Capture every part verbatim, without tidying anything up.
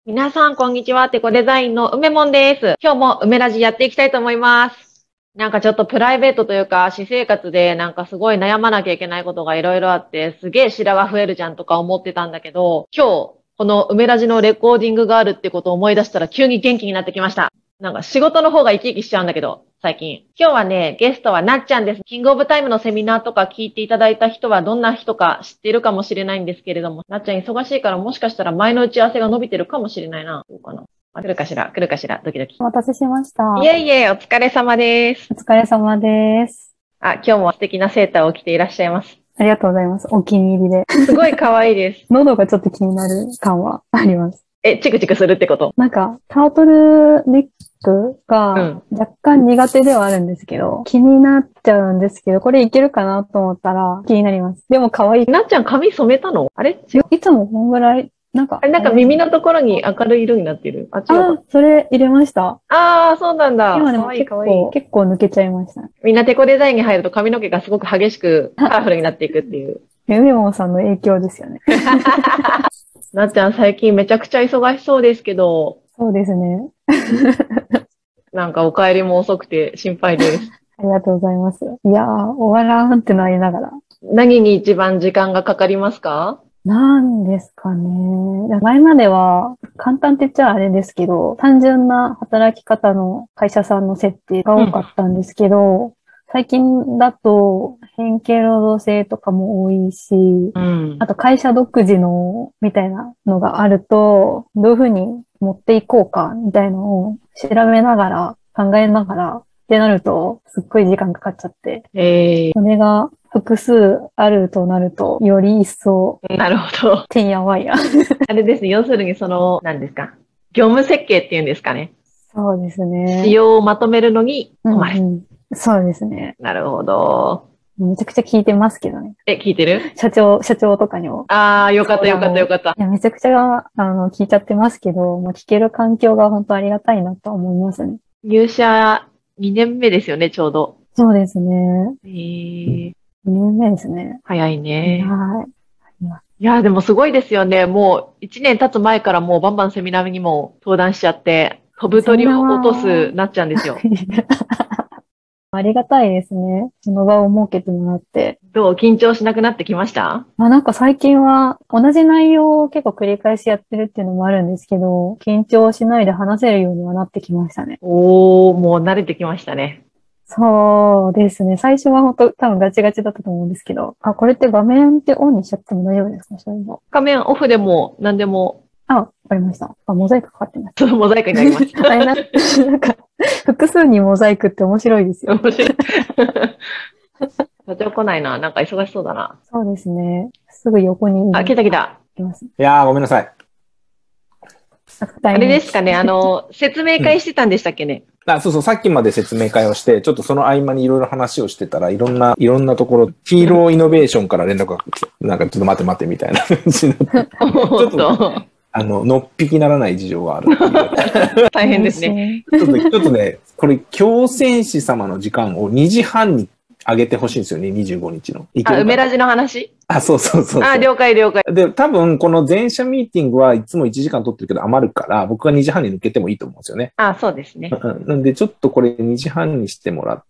皆さん、こんにちは。テコデザインの梅もんです。今日も梅ラジやっていきたいと思います。なんかちょっとプライベートというか、私生活でなんかすごい悩まなきゃいけないことがいろいろあって、すげえ白が増えるじゃんとか思ってたんだけど、今日、この梅ラジのレコーディングがあるってことを思い出したら急に元気になってきました。なんか仕事の方が生き生きしちゃうんだけど、最近。今日はね、ゲストはなっちゃんです。キングオブタイムのセミナーとか聞いていただいた人はどんな人か知っているかもしれないんですけれども、なっちゃん忙しいからもしかしたら前の打ち合わせが伸びてるかもしれないな。どうかな。あ、来るかしら来るかしらドキドキ。 お待たせしました。 いえいえ、お疲れ様です。 お疲れ様です。 あ、今日も素敵なセーターを着ていらっしゃいます。 ありがとうございます。お気に入りで。 すごい可愛いです。 喉がちょっと気になる感はあります。 え、チクチクするってこと？ なんか、タートルネックうがん。 若干苦手ではあるんですけど、気になっちゃうんですけど、これいけるかなと思ったら気になります。でも可愛い。 なっちゃん髪染めたの？あれ違う。 いつもこんぐらい、なんか、 あれなんか耳のところに明るい色になってる。あ、違うか。 あ、それ入れました。 ああ、そうなんだ。 今でも可愛い結構、 可愛い。 結構抜けちゃいました。 みんなテコデザインに入ると髪の毛がすごく激しくカラフルになっていくっていう。 ゆめもんさんの影響ですよね。 なっちゃん最近めちゃくちゃ忙しそうですけど、 そうですね。 なんかお帰りも遅くて心配です。 ありがとうございます。いやー、終わらんってなりながら。 何に一番時間がかかりますか？ なんですかね。前までは、簡単って言っちゃあれですけど、単純な働き方の会社さんの設定が多かったんですけど、最近だと変形労働制とかも多いし、 うん。 あと会社独自のみたいなのがあると、どういうふうに持っていこうかみたいのを調べながら、考えながらってなると、すっごい時間かかっちゃって、 えそれが複数あるとなると、より一層、 ー、なるほど。 てんやわんや。 あれですね。要するにその、何ですか。業務設計っていうんですかね。 そうです仕ね。 様をまとめるのにう困る。 んうん。そうですね。 なるほど。 めちゃくちゃ聞いてますけどね。 え、聞いてる？ 社長、社長とかにも。 ああー、よかったよかったよかった。 いや、めちゃくちゃ、あの、聞いちゃってますけど、もう聞ける環境が本当ありがたいなと思いますね。 入社にねんめですよね、ちょうど。 そうですね。 えー、 にねんめですね。 早いね。 はい。 いやー、でもすごいですよね。もういちねん経つ前からもうバンバンセミナーにも登壇しちゃって、飛ぶセミナー鳥を落とすは、 なっちゃうんですよ。 ありがたいですね。その場を設けてもらって。 どう？緊張しなくなってきました？ まあなんか最近は同じ内容を結構繰り返しやってるっていうのもあるんですけど、緊張しないで話せるようにはなってきましたね。 おー、もう慣れてきましたね。 そうですね。最初は本当多分ガチガチだったと思うんですけど。あ、これって画面ってオンにしちゃっても大丈夫ですか？そういうの。 画面オフでも何でも、 あ、わかりました。あ、モザイクかかってます。 そのモザイクになります。 あれな、なんか、複数にモザイクって面白いですよ。 面白い。社長来ないな。なんか忙しそうだな。 そうですね。すぐ横にいあ、来た来た。 きます。 いやー、ごめんなさい。 あれですかね。あの、説明会してたんでしたっけね。 あ、そうそう、さっきまで説明会をして、ちょっとその合間にいろいろ話をしてたら、いろんな、いろんなところ、ヒーローイノベーションから連絡が来て、なんかちょっと待って待ってみたいな感じになって、 おっと、 あの、のっぴきならない事情があるっていう。 大変ですね。 ちょっと、ちょっとね、これ、京戦士様の時間をにじはんに上げてほしいんですよね、にじゅうごにちの。いけあ、 るかな？ 梅ラジの話？ あ、そうそうそうそう。 あ、了解了解。 で、多分、この全社ミーティングはいつもいちじかん取ってるけど余るから、僕がにじはんに抜けてもいいと思うんですよね。 あ、そうですね。 うんなんで、ちょっとこれにじはんにしてもらって。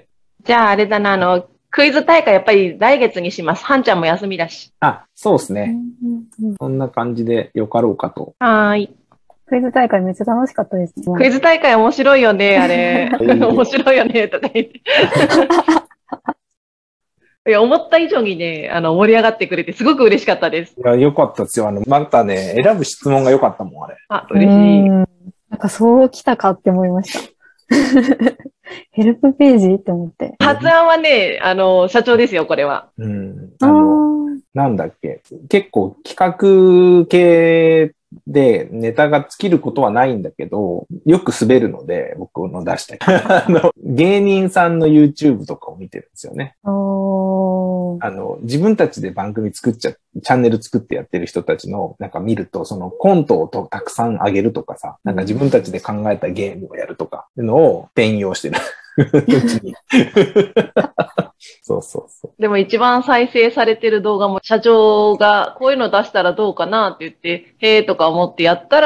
じゃああれだな、あの、クイズ大会やっぱり来月にします。はんちゃんも休みだし。 あ、そうですね。 うんうんうん。 そんな感じでよかろうかと。 はーい。 クイズ大会めっちゃ楽しかったですね。 クイズ大会面白いよね、あれ。 いいね面白いよね、とか言って。いや、思った以上にね、あの、盛り上がってくれてすごく嬉しかったです。 いや、よかったですよ。あの、またね、選ぶ質問が良かったもん、あれ。 あ、 う嬉しい。 ん。なんかそう来たかって思いました。ヘルプページって思って。 発案はね、あの、社長ですよ、これは。 うん。 ああの、 ーなんだっけ。結構企画系でネタが尽きることはないんだけど、よく滑るので、僕の出したあの、芸人さんの YouTube とかを見てるんですよね。 おー。 あの、自分たちで番組作っちゃ、チャンネル作ってやってる人たちの、なんか見ると、そのコントをとたくさん上げるとかさ、なんか自分たちで考えたゲームをやるとか、いうのを転用してる。うちにそうそうそう。 でも一番再生されてる動画も社長がこういうの出したらどうかなって言って、へーとか思ってやったら、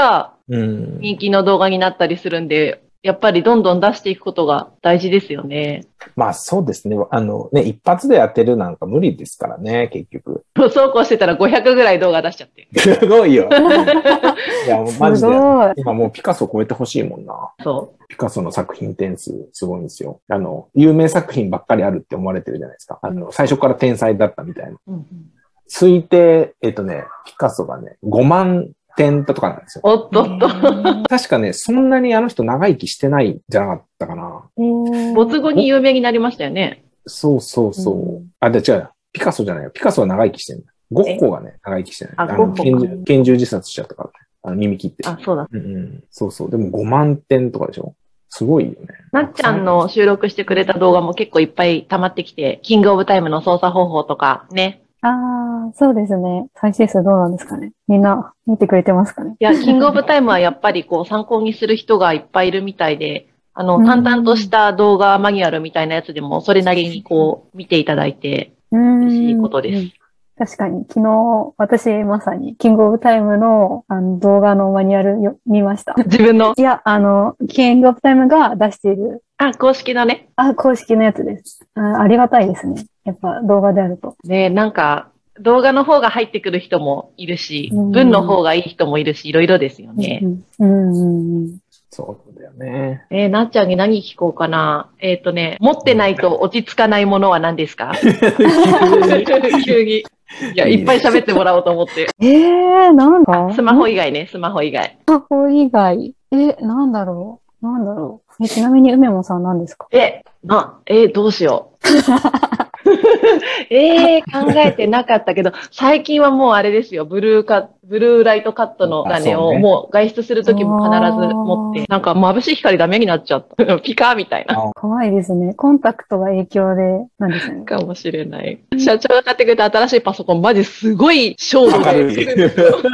うん。 人気の動画になったりするんで、やっぱりどんどん出していくことが大事ですよね。 まあそうですね。あのね、一発で当てるなんか無理ですからね、結局。 そうこうしてたらごひゃくぐらい動画出しちゃって。 すごいよ。いや、もうマジで。 すごい。 今もうピカソ超えてほしいもんな。 そう。 ピカソの作品点数すごいんですよ。あの、有名作品ばっかりあるって思われてるじゃないですか。あの、最初から天才だったみたいな。 うんうん、 推定、えっとね、ピカソがね、ごまんてんとかなんですよ。 おっとっと。 確かね、そんなにあの人長生きしてないんじゃなかったかな。 没後に有名になりましたよね。 そうそうそう。あ、で、違う。ピカソじゃないよ。ピカソは長生きしてるんだ。ゴッホがね、長生きしてない。 あ、 あのゴッホ拳銃、拳銃自殺しちゃったからね。あの耳切って。 あ、そうだ。 うんうん。そうそう。でもごまんてんとかでしょ。すごいよね。 なっちゃんの収録してくれた動画も結構いっぱい溜まってきて、キングオブタイムの操作方法とかね。 ああ、そうですね。再生数どうなんですかね。みんな見てくれてますかね。 いや、キングオブタイムはやっぱりこう参考にする人がいっぱいいるみたいで、あの、淡々とした動画マニュアルみたいなやつでもそれなりにこう見ていただいて、嬉しいことです。 確かに、昨日、私まさに、キングオブタイムの、あの動画のマニュアルよ見ました。 自分のいや、あの、キングオブタイムが出している。 あ、公式のね。 あ、公式のやつです。あ、ありがたいですね。やっぱ動画であると。 ね、なんか、動画の方が入ってくる人もいるし、文の方がいい人もいるし、いろいろですよね。 うんうんうん、 そうだよね。 えー、なっちゃんに何聞こうかな。えっとね、持ってないと落ち着かないものは何ですか？急に。いや、いっぱい喋ってもらおうと思って。 えー、なんだ？ スマホ以外ね、スマホ以外。 スマホ以外。え、なんだろうなんだろうえ、ちなみに梅もさん何ですか？ え、な、えー、どうしよう。えー、考えてなかったけど、最近はもうあれですよ、ブルーカ、ブルーライトカットの種を、ね、もう外出するときも必ず持って、なんか眩しい光ダメになっちゃった。ピカーみたいな。 怖いですね。コンタクトが影響で、なんですね。 かもしれない。社長が買ってくれた新しいパソコン、マジすごい照度で。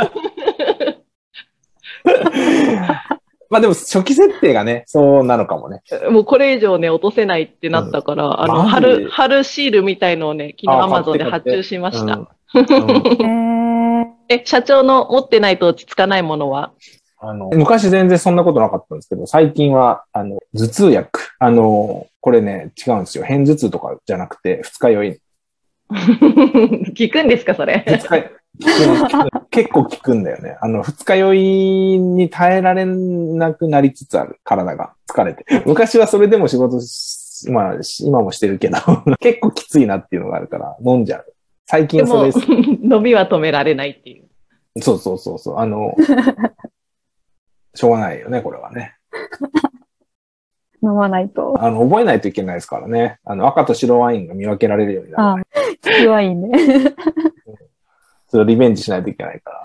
まあでも初期設定がね、そうなのかもね。 もうこれ以上ね、落とせないってなったから、うん、あの、貼る、貼るシールみたいのをね、昨日アマゾンで発注しました。うんうん、え、社長の持ってないと落ち着かないものは？ あの、昔全然そんなことなかったんですけど、最近は、あの、頭痛薬。あの、これね、違うんですよ。片頭痛とかじゃなくて、二日酔い。 聞くんですか、それ。 二日結構効くんだよね。あの、二日酔いに耐えられなくなりつつある。体が疲れて。昔はそれでも仕事し、まあ、今もしてるけど、結構きついなっていうのがあるから飲んじゃう。最近それでも飲みは止められないっていう。 そうそうそうそう。あの、しょうがないよね、これはね。 飲まないと。 あの、覚えないといけないですからね。あの、赤と白ワインが見分けられるようになる。 ああ、利きワインね。 それをリベンジしないといけないから。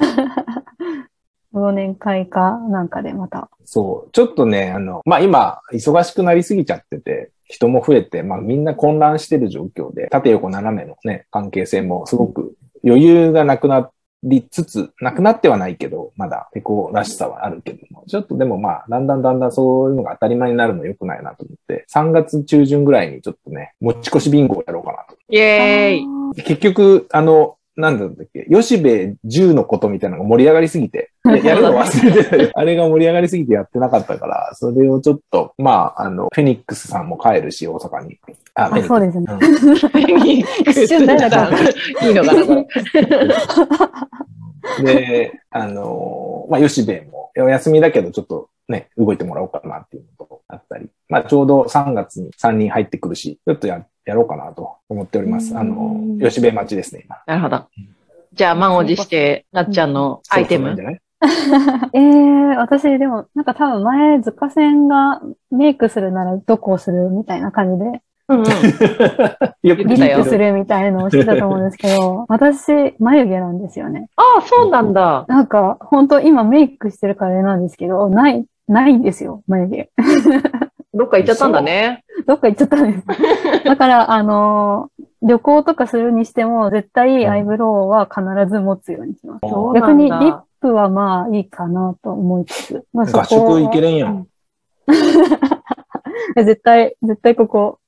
忘年会かなんかでまた。 そう。ちょっとね、あの、まあ、今、忙しくなりすぎちゃってて、人も増えて、まあ、みんな混乱してる状況で、縦横斜めのね、関係性もすごく余裕がなくなりつつ、なくなってはないけど、まだペコらしさはあるけども、ちょっとでもまあ、だんだんだんだんそういうのが当たり前になるの良くないなと思って、さんがつ中旬ぐらいにちょっとね、持ち越しビンゴをやろうかなと。 イェーイ。 結局、あの、なんだったっけ、吉部十のことみたいなのが盛り上がりすぎて、やるの忘れてたよ。あれが盛り上がりすぎてやってなかったから、それをちょっと、まあ、あの、フェニックスさんも帰るし、大阪に。 あ、あそうですね。 うん、フェニックスさん、いいのかな、これ。で、あの、まあ、吉部も、お休みだけど、ちょっとね、動いてもらおうかなっていうのとあったり、まあ、ちょうどさんがつにさんにん入ってくるし、ちょっとややろうかなと思っております。あの、吉部町ですね、今。 なるほど。じゃあ、満を持して、なっちゃんのアイテム。 ええー、私でも、なんか多分前、ズカセンがメイクするならどこをするみたいな感じで、 うんうん、 よくリップするみたいのをしてたと思うんですけど、私、眉毛なんですよね。 ああ、そうなんだ。 なんか、本当今メイクしてるからあれなんですけど、ない、ないんですよ、眉毛。 どっか行っちゃったんだね。 どっか行っちゃったんです。だから、あのー、旅行とかするにしても、絶対アイブロウは必ず持つようにします。うん、逆にリップはまあいいかなと思いつつ。まあ、 合宿行けれんやん。 絶対、絶対ここ。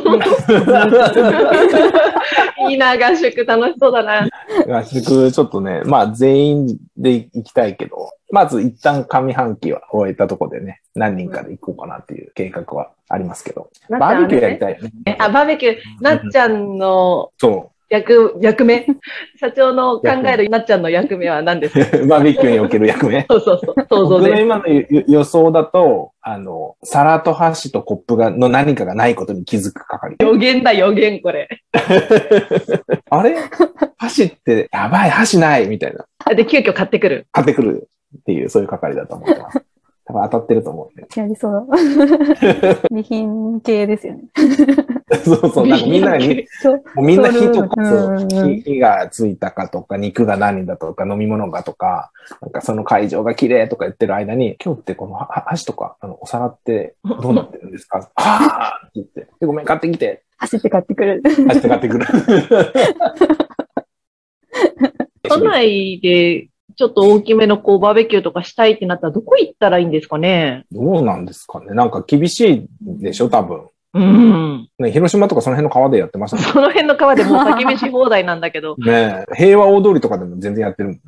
いいな、合宿楽しそうだな。 合宿ちょっとね、まあ全員で行きたいけど、 まず一旦上半期は終えたところでね、何人かで行こうかなっていう計画はありますけど。バーベキューやりたいよね。 あ、バーベキュー、なっちゃんのそう。 役、役目社長の考えるなっちゃんの役目は何ですか？ バーベキューにおける役目。 そうそうそう。想像で。 僕の今の予想だと、あの、皿と箸とコップが、の何かがないことに気づく係。 予言だ、予言、これ。 あれ箸って、やばい、箸ないみたいな。 で、急遽買ってくる。 買ってくるっていう、そういう係だと思ってます。多分当たってると思うんで。 やりそうだ。備品系ですよね。 そうそう、なんかみんながに、もうみんな火とか、そううん火火がついたかとか、肉が何だとか、飲み物がとか、なんかその会場が綺麗とか言ってる間に、今日ってこのは箸とか、あの、お皿ってどうなってるんですかああって言って、でごめん、買ってきて。 走って買ってくる。 走って買ってくる。 都内で、ちょっと大きめのこうバーベキューとかしたいってなったらどこ行ったらいいんですかね？ どうなんですかね。なんか厳しいでしょ、多分。 うん。 ね、広島とかその辺の川でやってましたね。 その辺の川でもう焚き火し放題なんだけど。 ねえ、平和大通りとかでも全然やってるもん。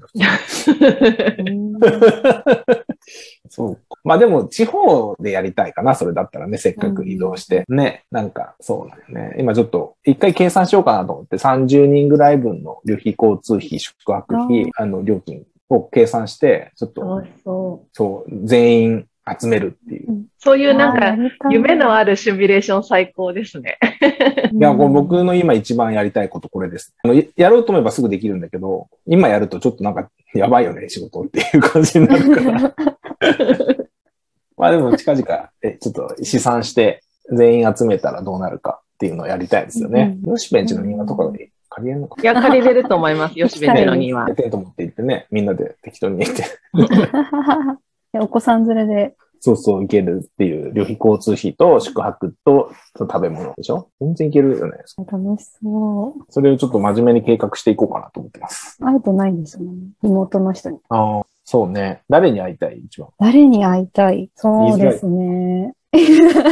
そうか。まあでも地方でやりたいかな、それだったらね、せっかく移動して。ね、なんかそうだよね。今ちょっと一回計算しようかなと思って、さんじゅうにんぐらい分の旅費、交通費、宿泊費、あの料金を計算して、ちょっと、 そう。 そう、全員集めるっていう。 そういうなんか、夢のあるシミュレーション最高ですね。 いや、これ僕の今一番やりたいことこれです。あのやろうと思えばすぐできるんだけど、今やるとちょっとなんかやばいよね、仕事っていう感じになるから。まあでも近々、え、ちょっと試算して全員集めたらどうなるかっていうのをやりたいですよね。よしベンチの庭とかで借りれるのか。 いや、借りれると思います、よしベンチの庭。 テント持って行ってね、みんなで適当に行って。 お子さん連れで。 そうそう、行けるっていう、旅費交通費と宿泊と食べ物でしょ？全然行けるよね。 楽しそう。 それをちょっと真面目に計画していこうかなと思ってます。 会えてないんですもんね。妹の人に。 ああ、そうね。誰に会いたい一番。 誰に会いたい？そうですね。言い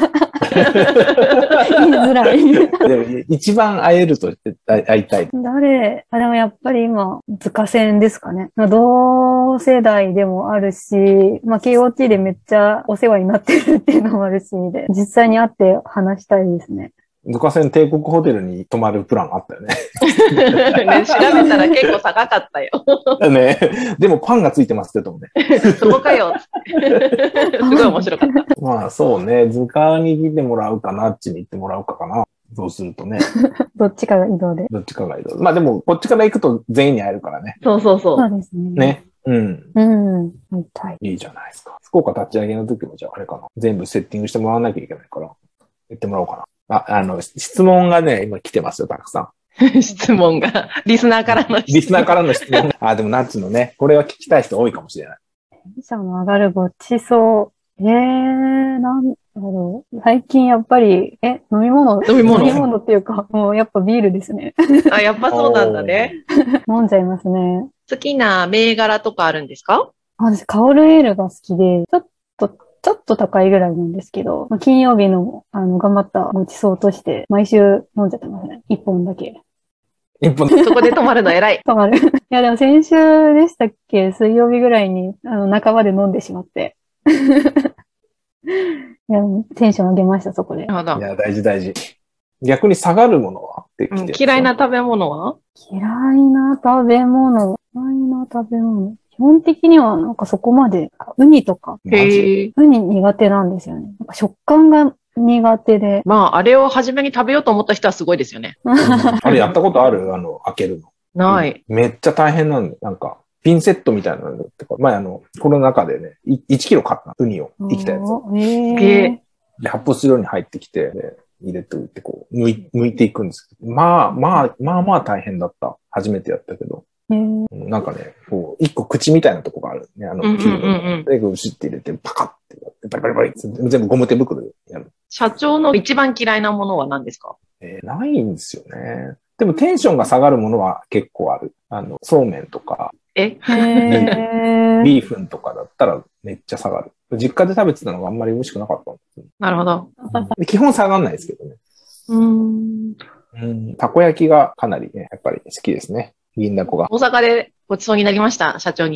づらい。 でも一番会えると会いたい。 誰？あ、でもやっぱり今、塚線ですかね。同世代でもあるし、まあ ケーオーティー でめっちゃお世話になってるっていうのもあるし、で実際に会って話したいですね。 塚線帝国ホテルに泊まるプランあったよね。 ね、調べたら結構高かったよ。 ね、でもパンがついてますけどもね。 そこかよ。すごい面白かった。 まあそうね、塚に来てもらうかな、あっちに行ってもらうかかな。そうするとね。 どっちかが移動で。 どっちかが移動。まあでも、こっちから行くと全員に会えるからね。 そうそうそう。 そうですね。 ね。うん。 うん。会いたい。 いいじゃないですか。福岡立ち上げの時もじゃああれかな。全部セッティングしてもらわなきゃいけないから、行ってもらおうかな。あ、あの、質問がね、今来てますよ、たくさん。質問が、リスナーからの質問。 リスナーからの質問。あ、でもナッツのね、これは聞きたい人多いかもしれない。 テンションの上がるごちそう。えー、なんだろう。最近やっぱり、え、飲み物飲み物飲み物っていうか、もうやっぱビールですね。 あ、やっぱそうなんだね。 飲んじゃいますね。 好きな銘柄とかあるんですか？ 私、カオルエールが好きで、ちょっと、ちょっと高いぐらいなんですけど、まあ、金曜日の、あの、頑張ったごちそうとして、毎週飲んじゃってますね。一本だけ。 一本。 そこで止まるの偉い。 止まる。いや、でも先週でしたっけ？水曜日ぐらいに、あの、半ばで飲んでしまって。いや、テンション上げました、そこで。 なるほど。 いや、大事大事。逆に下がるものはってきて、 うん、嫌いな食べ物は？ 嫌いな食べ物。嫌いな食べ物。基本的にはなんかそこまで、ウニとか。 へえ。 ウニ苦手なんですよね。なんか食感が苦手で。 まあ、あれを初めに食べようと思った人はすごいですよね。 うん、あれやったことある？あの、開けるの。 ない。 めっちゃ大変なんで、なんか、ピンセットみたいなのとか、前あの、コロナ禍でね、いちキロ買ったウニを、生きたやつを。 へえ。 で、発泡スチロールに入ってきて、で入れておいて、こう、剥い、剥いていくんですけど、まあ、まあ、まあまあ大変だった。初めてやったけど。なんかね、こう、一個口みたいなとこがあるね。あの、キューブで、こう、シュッて入れて、パカッてやって、バリバリバリって全部ゴム手袋でやる。 社長の一番嫌いなものは何ですか？ えー、ないんですよね。でもテンションが下がるものは結構ある。あの、そうめんとか、 えビーフンとかだったらめっちゃ下がる。実家で食べてたのがあんまり美味しくなかったんですよ。 なるほど。 基本下がんないですけどね。 うーん。 うん。たこ焼きがかなりね、やっぱり好きですね。銀だこが。 大阪でごちそうになりました、社長に。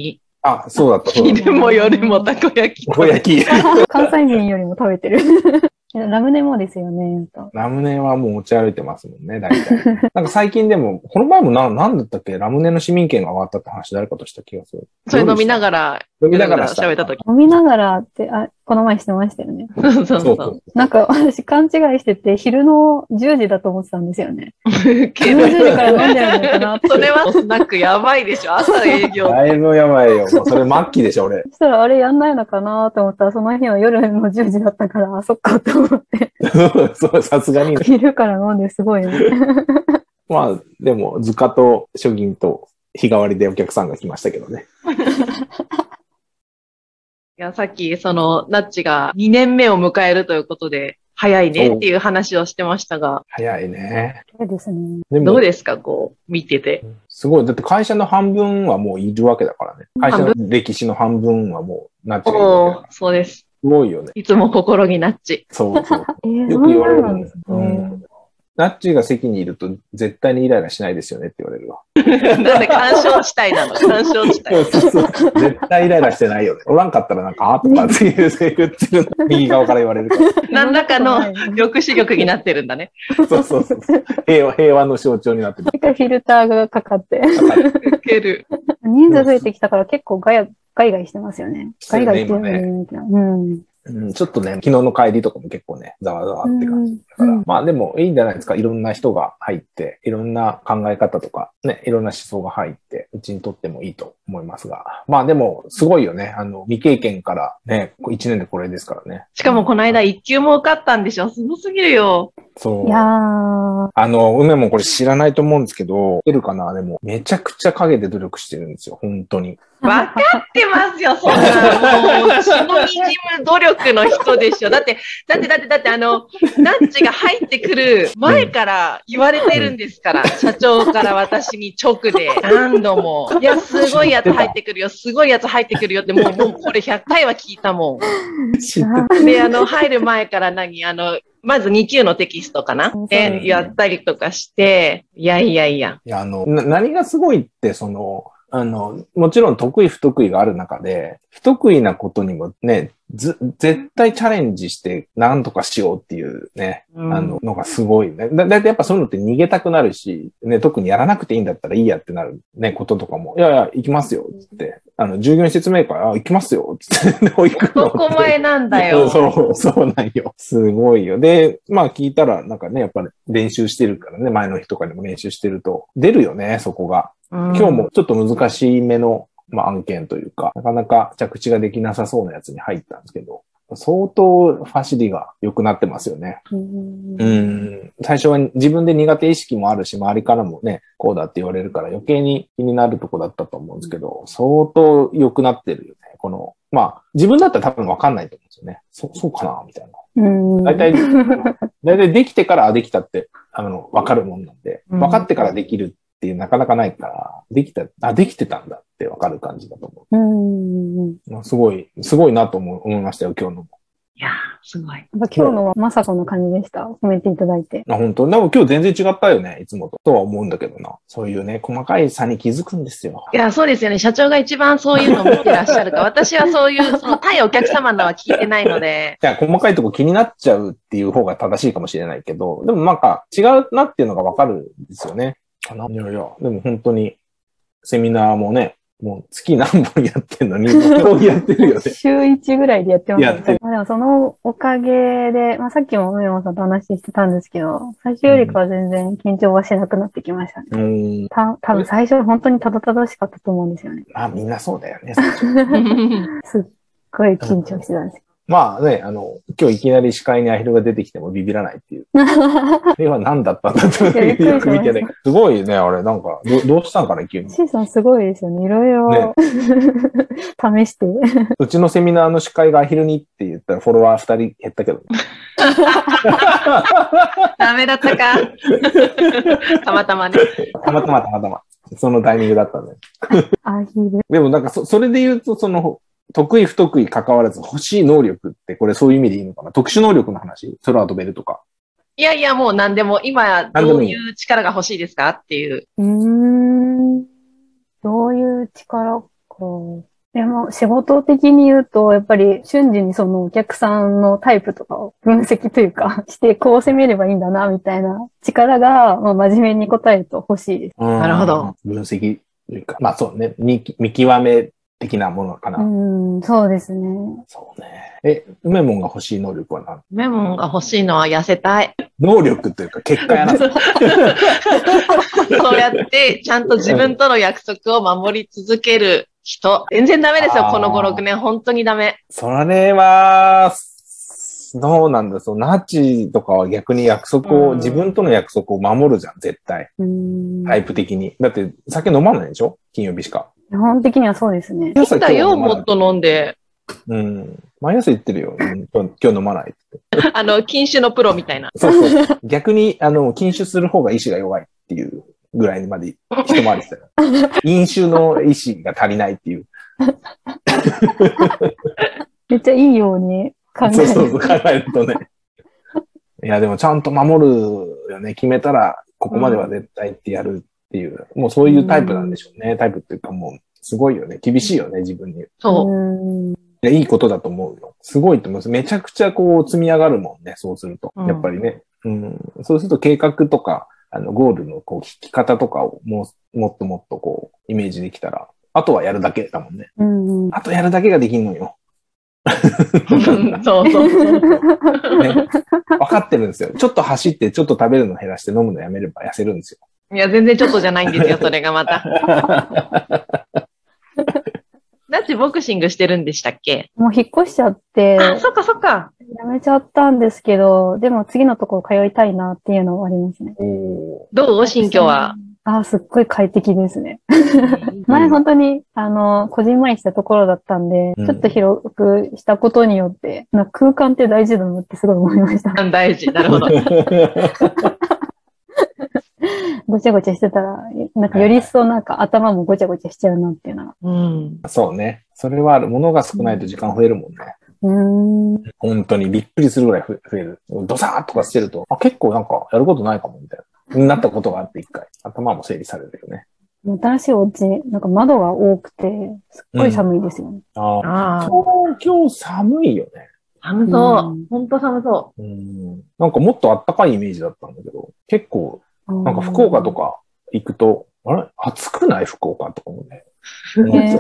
あ、そうだった、そうだった。 昼も夜もたこ焼き。 たこ焼き。 関西人よりも食べてる。ラムネもですよね。 ラムネはもう持ち歩いてますもんね、大体。なんか最近でも、この前もな、なんだったっけ、ラムネの市民権が上がったって話誰かとした気がする。 それ飲みながら、 飲みながらした喋った時。 飲みながらって、あ、この前してましたよね。 そうそうそうそそうう。 なんか私勘違いしてて、昼のじゅうじだと思ってたんですよね。 け昼のじゅうじど、 から飲んでるのかなって。 それはスナックやばいでしょ。朝営業。 だいぶやばいよ。もうそれ末期でしょ、俺。 そしたらあれやんないのかなと思ったら、その日は夜のじゅうじだったから、あ、そっかと思って。 そう、さすがにね。 昼から飲んですごいね。 まあ、でも、図鑑と書銀と日替わりでお客さんが来ましたけどね。 いや、さっき、その、ナッチがにねんめを迎えるということで、早いねっていう話をしてましたが、 早いね。 そうですね。 でもどうですか、こう、見てて。 すごい。だって会社の半分はもういるわけだからね。会社の歴史の半分はもうなっちゃうわけだおー、 から。 そうです。 すごいよね。 いつも心にナッチ。 そうそう。 えー、 よく言われるもんねそうなんです。 うね。 ん。ナッチが席にいると絶対にイライラしないですよねって言われるわ。 なんで干渉地帯なの干渉地帯。 そうそうそう絶対イライラしてないよね。おらんかったらなんか、あとかっていうセリフってるの右側から言われるから。 何らかのそんなことない抑止力になってるんだね。 そうそうそう。平和、平和の象徴になってる。 一回フィルターがかかって。 受ける。 人数増えてきたから結構ガヤ、ガイガイしてますよね。ガイガイしてるよ今ね、みたいな。うん。 うん、ちょっとね、昨日の帰りとかも結構ね、ざわざわって感じだから。 うんまあでもいいんじゃないですか。いろんな人が入って、いろんな考え方とか、ね、いろんな思想が入って、うちにとってもいいと思いますが。まあでも、すごいよね。あの、未経験からね、いちねんでこれですからね。 しかもこの間一級も受かったんでしょ。すごすぎるよ。 そう。 いやー、 あの、梅もこれ知らないと思うんですけど、出るかなでも、めちゃくちゃ陰で努力してるんですよ。本当に。 わかってますよ、そんな。もう、血の滲む努力の人でしょ。だって、だって、だって、だって、あの、ナッチが入ってくる前から言われてるんですから、社長から私に直で何度も。いや、すごいやつ入ってくるよ、すごいやつ入ってくるよって、もう、もう、これひゃっかいは聞いたも知ってん。で、あの、入る前から何、あの、まずに級のテキストかなそうですねで、やったりとかして、いやいやいや。 いや、あの、な何がすごいって、その、あの、もちろん得意不得意がある中で、不得意なことにもね、ず、絶対チャレンジして何とかしようっていうね、 うんあの、のがすごいね。だ、だいたいやっぱそういうのって逃げたくなるし、ね、特にやらなくていいんだったらいいやってなるね、こととかも、いやいや、行きますよ、つって。あの、従業員説明会、あ、行きますよ、つって。で、行くのって。 男前なんだよ。 そう、そうなんよ。すごいよ。で、まあ聞いたら、なんかね、やっぱり練習してるからね、前の日とかにも練習してると、出るよね、そこが。 今今日もちょっと難しめの、まあ、案件というか、なかなか着地ができなさそうなやつに入ったんですけど、相当ファシリが良くなってますよね。 うんう。ん。最初は自分で苦手意識もあるし、周りからもね、こうだって言われるから余計に気になるとこだったと思うんですけど、相当良くなってるよね。この、まあ、自分だったら多分わかんないと思うんですよね。そ、そうかなみたいな。 うん。 大体、大体できてから、あ、できたって、あの、わかるもんなんで、 うん分かってからできるっていうなかなかないから、できた、あ、できてたんだってわかる感じだと思うん。 う。まあすごい、すごいなと思思いましたよ、今日のも。 いやー、すごい。 やっぱ今日のはまさかの感じでした。褒めていただいて。 あ、本当でも今日全然違ったよね、いつもと。とは思うんだけどな。そういうね、細かい差に気づくんですよ。 いや、そうですよね。社長が一番そういうのを見てらっしゃるから、私はそういう、その対お客様のは聞いてないので、 いや、細かいとこ気になっちゃうっていう方が正しいかもしれないけど、でもなんか違うなっていうのがわかるんですよね。かな。いやいや、でも本当に、セミナーもね、もう月何本やってんのに、そうやってるよね。 週いちぐらいでやってますやってるまあでもそのおかげで、まあさっきも上山さんと話してたんですけど、最初よりかは全然緊張はしなくなってきましたね。 うーん。 た、多分最初本当にたどたどしかったと思うんですよね。 まあみんなそうだよね。最初すっごい緊張してたんですよ。 まあね、あの、今日いきなり視界にアヒルが出てきてもビビらないっていう。あれは何だったんだっていやびっくりしましたよく見てね。すごいね、あれ。なんか、どどうしたんかな、急に。 C さんすごいですよね。いろいろ、試して。 うちのセミナーの司会がアヒルにって言ったらフォロワーふたり減ったけどね。 ダメだったか。たまたまね。 たまたまたまたま。そのタイミングだったんだよ。 アヒル。 でもなんかそ、それで言うと、その、得意不得意関わらず欲しい能力ってこれそういう意味でいいのかな。特殊能力の話、空飛べるとか。 いやいや、もう何でも、今、どういう力が欲しいですかっていう。 うーん。どういう力か。 でも仕事的に言うと、やっぱり瞬時にそのお客さんのタイプとかを分析というかして、こう攻めればいいんだな、みたいな力が、まあ、真面目に答えると欲しいです。 なるほど。 分析というか、まあそうね、見、見極め的なものかな。 うん、そうですね。 そうね。え、梅もんが欲しい能力は何？ 梅もんが欲しいのは痩せたい。 能力というか結果やな。 そうやってちゃんと自分との約束を守り続ける人。全然ダメですよ、このご、ろくねん。本当にダメ。 それは、どうなんだ、そう、ナチとかは逆に約束を、自分との約束を守るじゃん、絶対。タイプ的に。だって、酒飲まないでしょ？金曜日しか。 基本的にはそうですね。 いいんだよ、もっと飲んで。 うん。毎朝言ってるよ。今日、今日飲まないって。 あの、禁酒のプロみたいな。 そうそう。逆に、あの、禁酒する方が意志が弱いっていうぐらいまで一回りしたよ。飲酒の意志が足りないっていう。 めっちゃいいように考える。 そうそうそう、考えるとね。いや、でもちゃんと守るよね。決めたら、ここまでは絶対ってやるっていう。うん、もうそういうタイプなんでしょうね。うん、タイプっていうかもう、すごいよね。厳しいよね、自分に。 そう。 うんいいことだと思うよ。すごいと思います。めちゃくちゃこう積み上がるもんね、そうすると。やっぱりね。うん、そうすると計画とか、あの、ゴールのこう、引き方とかをもう、もっともっとこう、イメージできたら、あとはやるだけだもんね。 うんうん、 あとやるだけができんのよ。 そうそう。ね、 分かってるんですよ。ちょっと走って、ちょっと食べるの減らして飲むのやめれば痩せるんですよ。 いや、全然ちょっとじゃないんですよ、それがまた。ナッチボクシングしてるんでしたっけ？ もう引っ越しちゃって。 あ、そっかそっか。 やめちゃったんですけど、でも次のところ通いたいなっていうのはありますね。 どう？心境は。 あ、すっごい快適ですね。前本当に、あの、こじんまりしたところだったんで、うん、ちょっと広くしたことによって、なんか空間って大事だなってすごい思いました。 大事。なるほど。 ごちゃごちゃしてたら、なんかより一層なんか頭もごちゃごちゃしちゃうなっていうのは。 うん。 そうね。それはある。物が少ないと時間増えるもんね。 うん。 本当にびっくりするぐらい増える。ドサーッとかしてると、あ、結構なんかやることないかもみたいな。なったことがあって一回。頭も整理されるよね。 新しいお家、なんか窓が多くて、すっごい寒いですよね。 うん、ああ。今日、今日寒いよね。 寒そう。ほんと寒そう。 うん。なんかもっと暖かいイメージだったんだけど、結構、なんか福岡とか行くと、あれ暑くない福岡とかもね。 へ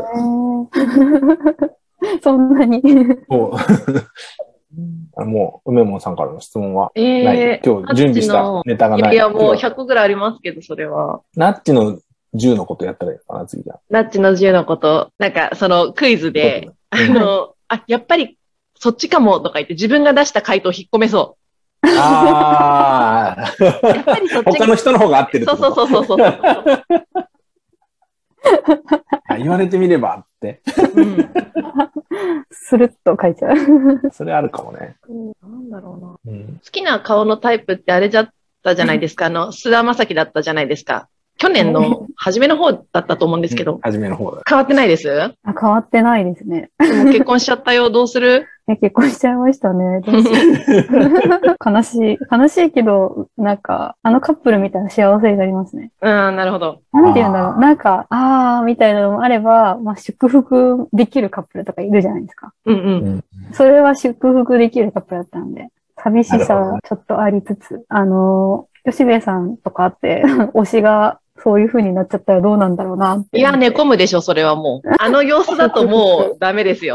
そんなに。 もう、もう、梅門さんからの質問はない。 えー、 今日準備したネタがない。 いや、もうひゃくぐらいありますけど、それは。 ナッチのじゅうのことやったらいいかな、次じゃ。 ナッチのじゅうのこと、なんか、そのクイズで、あの、あ、やっぱり、そっちかもとか言って自分が出した回答を引っ込めそう。 ああ。やっぱりそっち他の人の方が合ってるってこと。 そうそうそうそうそう言われてみればって。 うん、スルッと書いちゃう。 それあるかもね。 うん、なんだろうな、 うん。 好きな顔のタイプってあれじゃったじゃないですか。あの、菅田将暉だったじゃないですか。去年の初めの方だったと思うんですけど。 うん、初めの方だ。 変わってないです？ あ、変わってないですね。 でも結婚しちゃったよ。どうする？ 結婚しちゃいましたね。どうしよう。悲しい。悲しいけど、なんか、あのカップルみたいな幸せになりますね。 うん、なるほど。 なんて言うんだろう。なんか、あーみたいなのもあれば、まあ、祝福できるカップルとかいるじゃないですか。 うんうん。 それは祝福できるカップルだったんで、寂しさはちょっとありつつ、あの、吉部さんとかって、推しが、そういう風になっちゃったらどうなんだろうなって。 いや、寝込むでしょ、それはもう。あの様子だともうダメですよ。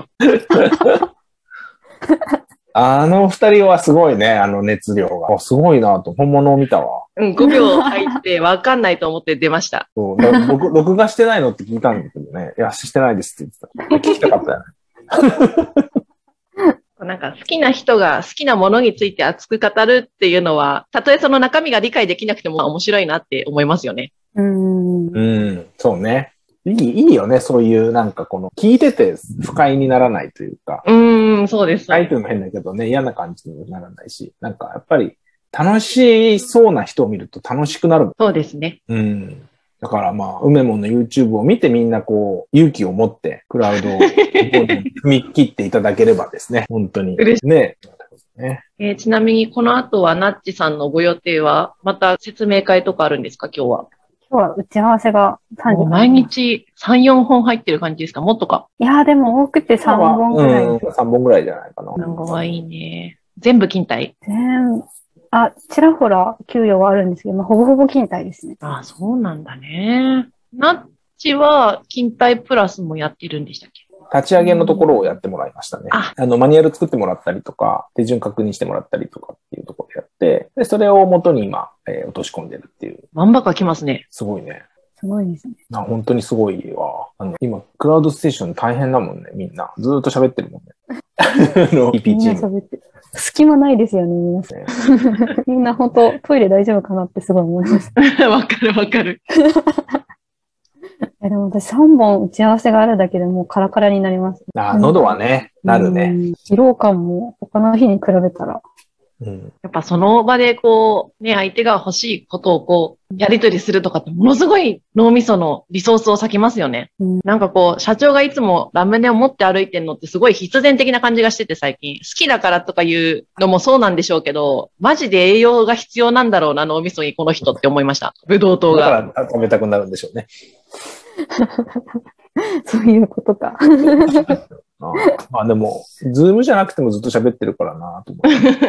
あの二人はすごいね、あの熱量が。すごいなと、本物を見たわ。 うん、ごびょう入って分かんないと思って出ました。 そうだ僕、録画してないのって聞いたんだけどね。いや、してないですって言ってた。聞きたかったよね。 なんか好きな人が好きなものについて熱く語るっていうのは、たとえその中身が理解できなくても面白いなって思いますよね。 うん。 うん、そうね。いい、いいよね、そういうなんかこの、聞いてて不快にならないというか。 うーん、そうです。 不快というのも変だけどね、嫌な感じにならないし、なんかやっぱり楽しそうな人を見ると楽しくなる。 そうですね。 うん。だからまあ、梅門の YouTube を見てみんなこう、勇気を持ってクラウドを踏み切っていただければですね、本当に。 嬉しい。 ね。ねえー、ちなみにこの後はナッチさんのご予定は、また説明会とかあるんですか、今日は。 今日は打ち合わせがさんじもう毎日さん、よんほん入ってる感じですか？もっとか。 いやーでも多くてさんぼんぐらいです。 うん、さんぼんぐらいじゃないかな。 なんかはいいね。全部勤怠？ 全あ、ちらほら給与はあるんですけど、まあ、ほぼほぼ勤怠ですね。 ああ、そうなんだね。ナッチは勤怠プラスもやってるんでしたっけ？ 立ち上げのところをやってもらいましたね。 ああの、マニュアル作ってもらったりとか、手順確認してもらったりとかっていうところでやって、で、それを元に今、えー落とし込んでるっていう。 ワンバカ来ますね。 すごいね。 すごいですね。 あ、本当にすごいわ。あの、今、クラウドステーション大変だもんね、みんな。ずーっと喋ってるもんね。あの、 みピーピーんチーム。 な喋ってる。隙間ないですよね、皆さん。みんな本当トイレ大丈夫かなってすごい思います。 わかるわかる。 えでも私さんぼん打ち合わせがあるだけでもうカラカラになります。 あ、喉はね、なるね。 うん。疲労感も他の日に比べたら。 うん。 やっぱその場でこう、ね、相手が欲しいことをこう、やり取りするとかってものすごい脳みそのリソースを割きますよね。 うんなんかこう、社長がいつもラムネを持って歩いてるのってすごい必然的な感じがしてて最近。好きだからとかいうのもそうなんでしょうけど、マジで栄養が必要なんだろうな、脳みそにこの人って思いました。ブドウ糖だが。 から食べたくなるんでしょうね。 そういうことか。 あまあでも、ズームじゃなくてもずっと喋ってるからなと思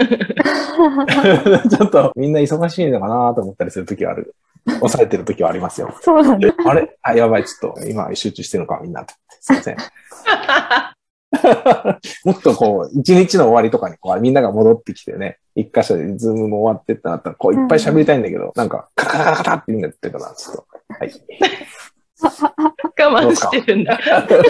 って。ちょっとみんな忙しいのかなと思ったりするときはある。抑えてるときはありますよ。 そうなんだ。 あれあ、やばい、ちょっと今集中してるのかみんなと。すいません。もっとこう、一日の終わりとかにこうみんなが戻ってきてね、一箇所でズームも終わってってなったら、こういっぱい喋りたいんだけど、なんかカタカタカタカタってみんな言ってるから、ちょっと。はい。 我慢してるんだ。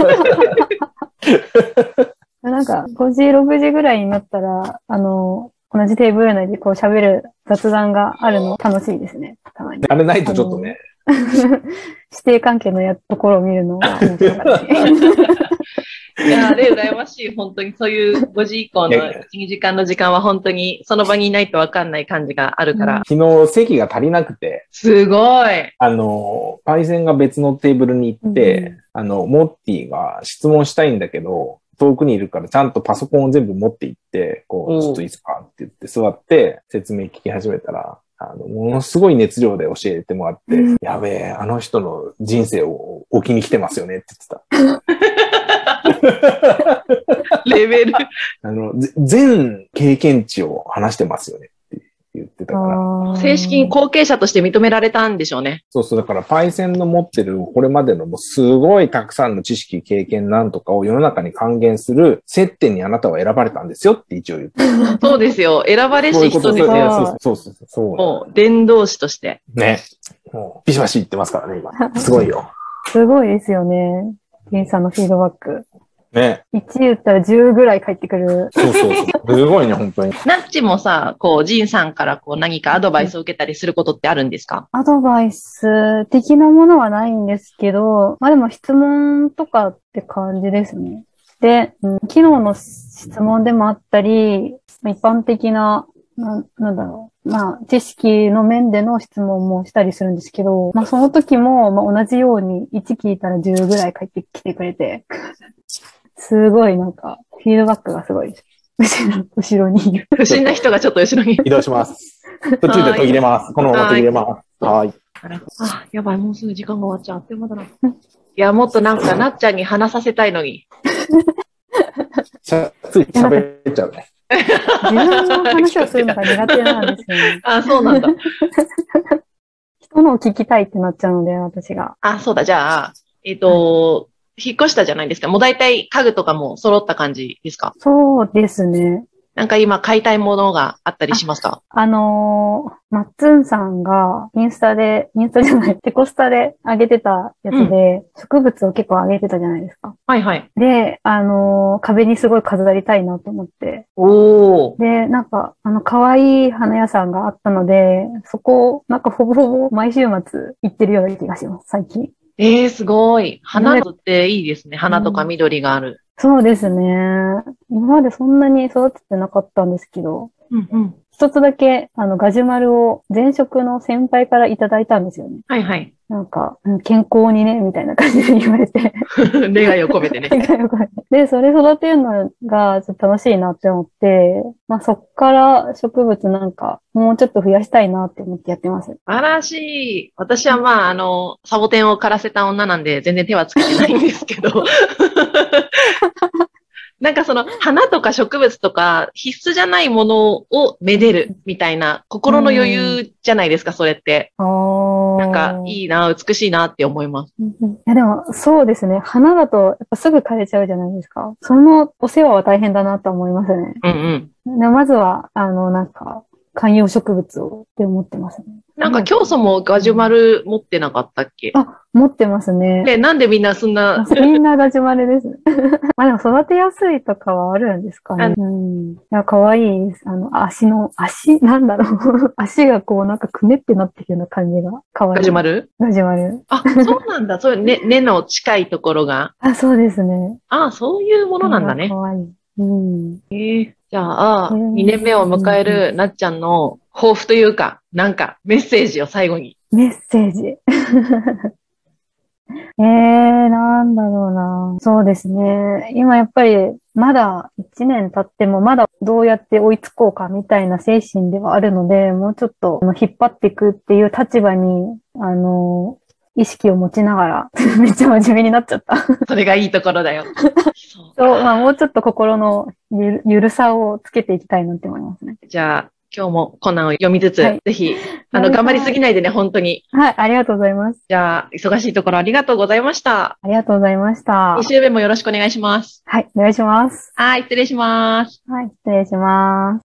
なんか、ごじ、ろくじぐらいになったら、あの、同じテーブル内でこう喋る雑談があるの楽しいですね。たまに。 あれないとちょっとね。 指定関係のやところを見るのが面白かったね。 いや、あれ羨ましい。本当にそういうごじ以降のいち、にじかんの時間は本当にその場にいないとわかんない感じがあるから。 昨日席が足りなくて、 すごい。 あの、パイセンが別のテーブルに行って、 うんあの、モッティが質問したいんだけど、遠くにいるからちゃんとパソコンを全部持って行って、こう、 うんちょっといいですかって言って座って説明聞き始めたら、あの、ものすごい熱量で教えてもらって、 うんやべえ、あの人の人生を置きに来てますよねって言ってた。 レベル。 あの、ぜ全経験値を話してますよねって言ってたから。 あー正式に後継者として認められたんでしょうね。 そうそう、だからパイセンの持ってるこれまでのもうすごいたくさんの知識、経験なんとかを世の中に還元する接点にあなたは選ばれたんですよって一応言ってる。 そうですよ。選ばれし人ですそういうよ。 ことそうそうそうそう。 もう、伝道師として。 ね。もう、ビシバシ言ってますからね、今。すごいよ。 すごいですよね。ゲンさんのフィードバック。 ね。 いち言ったらじゅうぐらい返ってくる。 そうそうそう。すごいね、本当に。 ナッチもさ、こう、ジンさんからこう何かアドバイスを受けたりすることってあるんですか？ アドバイス的なものはないんですけど、まあでも質問とかって感じですね。で、うん、機能の質問でもあったり、一般的な、な、なんだろう。まあ、知識の面での質問もしたりするんですけど、まあその時も、まあ同じようにいち聞いたらじゅうぐらい返ってきてくれて、すごいなんか、フィードバックがすごいです。後ろ後ろにいる。 不審な人がちょっと後ろに。 移動します。途中で途切れます。このまま途切れます。はい。 あ、やばい、もうすぐ時間が終わっちゃう。あっという間だな。いや、もっとなんか、なっちゃんに話させたいのに。 しゃつい喋っちゃうね。 自分の話をするのが苦手なんですよね。 あ、そうなんだ。 人のを聞きたいってなっちゃうので、私が。 あ、そうだ。じゃあ、えっと、引っ越したじゃないですか。もう大体家具とかも揃った感じですか？ そうですね。 なんか今買いたいものがあったりしますか？ あのー、マッツンさんがインスタで、インスタじゃない、テコスタで上げてたやつで、植物を結構上げてたじゃないですか。 はいはい。 で、あのー、壁にすごい飾りたいなと思って。 おー。 で、なんか、あの、可愛い花屋さんがあったので、そこ、なんかほぼほぼ毎週末行ってるような気がします、最近。 えー、すごい。花っていいですね。花とか緑がある。 そうですね。今までそんなに育ててなかったんですけど、 うんうん。 一つだけ、あの、ガジュマルを前職の先輩からいただいたんですよね。 はいはい。 なんか、うん健康にね、みたいな感じで言われて。 願いを込めてね。 で、それ育てるのがちょっと楽しいなって思って、まあそっから植物なんかもうちょっと増やしたいなって思ってやってます。 素晴らしい。私はまあ、あの、サボテンを枯らせた女なんで全然手はつけてないんですけど。なんかその花とか植物とか必須じゃないものをめでるみたいな心の余裕じゃないですか、それって。なんかいいな、美しいなって思います。 いやでもそうですね。花だとやっぱすぐ枯れちゃうじゃないですか。そのお世話は大変だなと思いますね。 うんうん。 でまずは、あの、なんか観葉植物をって思ってますね。 なんか教祖もガジュマル持ってなかったっけ？ あ、持ってますね。 で、なんでみんなそんな。 みんなガジュマルですね。まあでも育てやすいとかはあるんですかね。うん。いや、かわいい。あの、足の、足、なんだろう。足がこうなんかくねってなってるような感じがかわいい。 ガジュマル？ ガジュマル。 あ、そうなんだ。そういう根、根の近いところが。 あ、そうですね。 あ、そういうものなんだね。 かわいい。うん。 えー、じゃあ、にねんめを迎えるなっちゃんの抱負というか、なんかメッセージを最後に。 メッセージ。えー、なんだろうな。そうですね。今やっぱりまだいちねん経ってもまだどうやって追いつこうかみたいな精神ではあるので、もうちょっと引っ張っていくっていう立場に、あの、意識を持ちながら、めっちゃ真面目になっちゃった。 それがいいところだよ。 そう、まあもうちょっと心のゆる、ゆるさをつけていきたいなって思いますね。 じゃあ、今日もコナンを読みつつ、 はい、 ぜひ、あの、頑張りすぎないでね、本当に。 はい、ありがとうございます。 じゃあ、忙しいところありがとうございました。 ありがとうございました。 に週目もよろしくお願いします。 はい、お願いします。 はい、失礼します。 はい、失礼します。